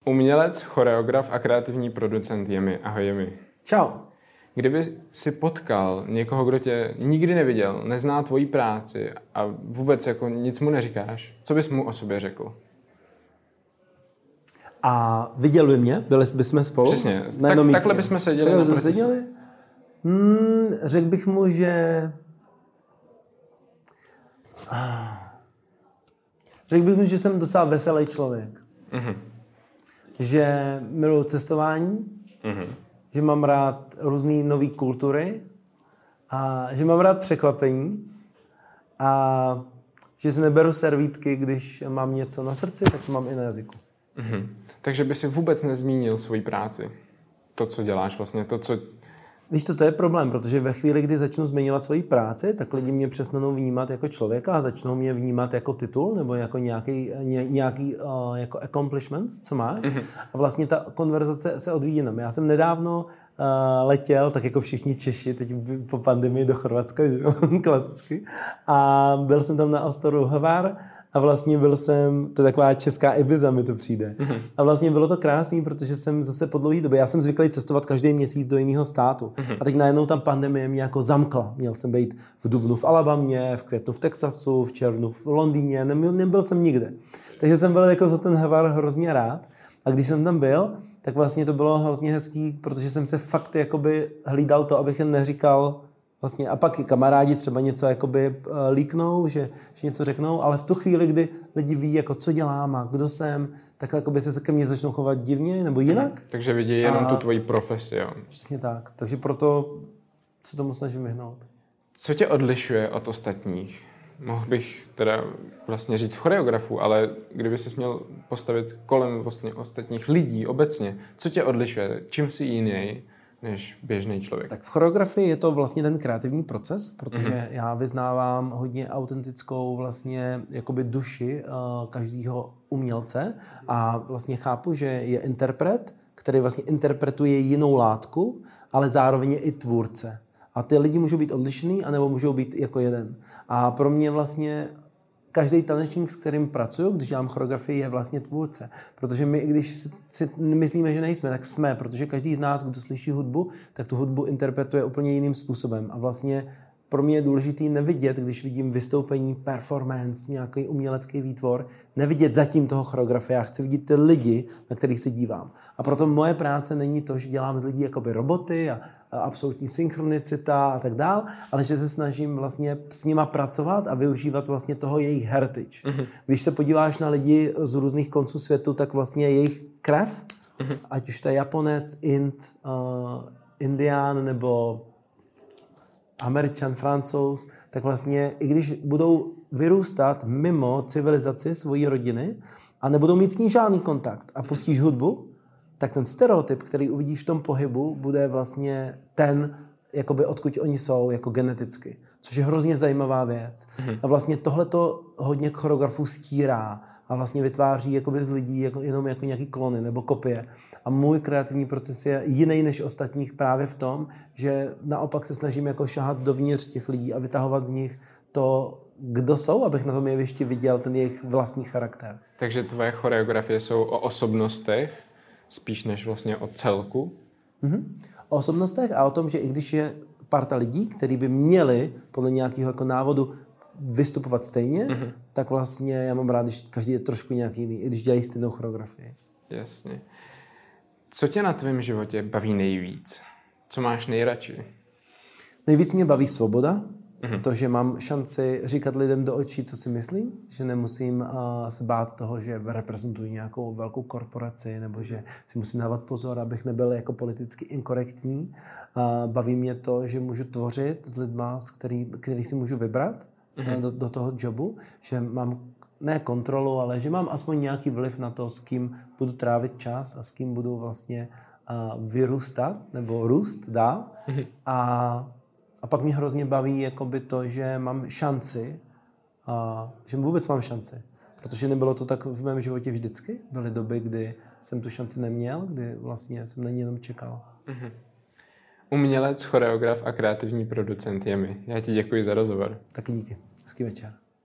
Umělec, choreograf a kreativní producent Jemi. Ahoj Jemi. Čau. Kdyby si potkal někoho, kdo tě nikdy neviděl, nezná tvoji práci a vůbec jako nic mu neříkáš, co bys mu o sobě řekl? A viděl by mě? Byli bychom spolu? Přesně. Takhle bychom seděli. Takhle bychom seděli? Řekl bych mu, že... Řekl bych mu, že jsem docela veselý člověk. Mm-hmm. Že miluji cestování, že mám rád různé nové kultury a že mám rád překvapení a že si neberu servítky, když mám něco na srdci, tak to mám i na jazyku. Mm-hmm. Takže by si vůbec nezmínil svoji práci? To, co děláš vlastně, to, co... Víš, to je problém, protože ve chvíli, kdy začnu zmiňovat svoji práci, tak lidi mě přestanou vnímat jako člověka a začnou mě vnímat jako titul nebo jako nějaký jako accomplishments, co máš. Mm-hmm. A vlastně ta konverzace se odvíjí jenom. Já jsem nedávno letěl, tak jako všichni Češi, teď po pandemii do Chorvatska, že jo, klasicky. A byl jsem tam na ostrovu Hvar a vlastně byl jsem, to je taková česká Ibiza, mi to přijde. Mm-hmm. A vlastně bylo to krásný, protože jsem zase po dlouhé době, já jsem zvyklý cestovat každý měsíc do jiného státu. Mm-hmm. A teď najednou tam pandemie mě jako zamkla. Měl jsem být v dubnu v Alabamě, v květnu v Texasu, v červnu v Londýně, nebyl jsem nikde. Takže jsem byl jako za ten Hvar hrozně rád. A když jsem tam byl, tak vlastně to bylo hrozně hezký, protože jsem se fakt jakoby hlídal to, abych jen neříkal vlastně, a pak i kamarádi třeba něco jakoby líknou, že něco řeknou, ale v tu chvíli, kdy lidi ví, jako co dělám a kdo jsem, tak jakoby se ke mně začnou chovat divně nebo jinak. Takže vidí jenom tu tvoji profesi, jo. Přesně tak. Takže proto se tomu snažím vyhnout. Co tě odlišuje od ostatních? Mohl bych teda vlastně říct choreografů, ale kdyby ses měl postavit kolem vlastně ostatních lidí obecně, co tě odlišuje? Čím jsi jiný než běžný člověk? Tak v choreografii je to vlastně ten kreativní proces, protože já vyznávám hodně autentickou vlastně jakoby duši každého umělce a vlastně chápu, že je interpret, který vlastně interpretuje jinou látku, ale zároveň je i tvůrce. A ty lidi můžou být odlišný, anebo můžou být jako jeden. A pro mě vlastně každý tanečník, s kterým pracuju, když dělám choreografii, je vlastně tvůrce. Protože my, když si myslíme, že nejsme, tak jsme, protože každý z nás, kdo slyší hudbu, tak tu hudbu interpretuje úplně jiným způsobem. A vlastně pro mě je důležitý nevidět, když vidím vystoupení, performance, nějaký umělecký výtvor, nevidět zatím toho choreografie. Já chci vidět ty lidi, na kterých se dívám. A proto moje práce není to, že dělám z lidí jakoby roboty a absolutní synchronicita a tak dál, ale že se snažím vlastně s nima pracovat a využívat vlastně toho jejich heritage. Mm-hmm. Když se podíváš na lidi z různých konců světu, tak vlastně jejich krev, ať už to je Japonec, Indián nebo Američan, Francouz, tak vlastně i když budou vyrůstat mimo civilizaci svojí rodiny a nebudou mít s ní žádný kontakt a pustíš hudbu, tak ten stereotyp, který uvidíš v tom pohybu, bude vlastně ten, jakoby odkud oni jsou, jako geneticky. Což je hrozně zajímavá věc. A vlastně tohleto hodně choreografů stírá a vlastně vytváří jakoby z lidí jenom jako nějaký klony nebo kopie. A můj kreativní proces je jiný než ostatních právě v tom, že naopak se snažím jako šahat dovnitř těch lidí a vytahovat z nich to, kdo jsou, abych na tom jevišti viděl ten jejich vlastní charakter. Takže tvoje choreografie jsou o osobnostech, spíš než vlastně o celku? O osobnostech a o tom, že i když je parta lidí, kteří by měli podle nějakého jako návodu vystupovat stejně, tak vlastně já mám rád, když každý je trošku nějaký jiný, i když dělají stejnou choreografii. Jasně. Co tě na tvém životě baví nejvíc? Co máš nejradši? Nejvíc mě baví svoboda. To, že mám šanci říkat lidem do očí, co si myslím, že nemusím se bát toho, že reprezentuji nějakou velkou korporaci nebo že si musím dávat pozor, abych nebyl jako politicky inkorektní. Baví mě to, že můžu tvořit s lidma, který si můžu vybrat do toho jobu, že mám ne kontrolu, ale že mám aspoň nějaký vliv na to, s kým budu trávit čas a s kým budu vlastně vyrůstat nebo růst dál. A pak mě hrozně baví jakoby to, že mám šanci, že vůbec mám šanci. Protože nebylo to tak v mém životě vždycky. Byly doby, kdy jsem tu šanci neměl, kdy vlastně jsem na ní jenom čekal. Umělec, choreograf a kreativní producent Jemi. Já ti děkuji za rozhovor. Taky díky. Hezký večer.